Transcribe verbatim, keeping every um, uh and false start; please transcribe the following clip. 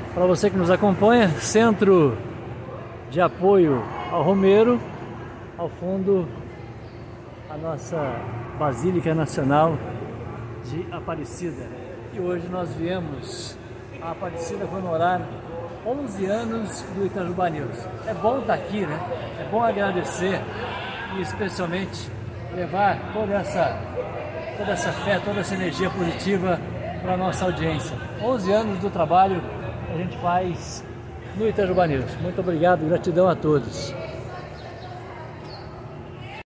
Para você que nos acompanha, Centro de Apoio ao Romeiro, ao fundo a nossa Basílica Nacional de Aparecida. E hoje nós viemos a Aparecida comemorar onze anos do Itajubá News. É bom estar aqui, né? É bom agradecer e especialmente levar toda essa, toda essa fé, toda essa energia positiva para a nossa audiência. onze anos do trabalho que a gente faz no Itajubá News. Muito obrigado, gratidão a todos.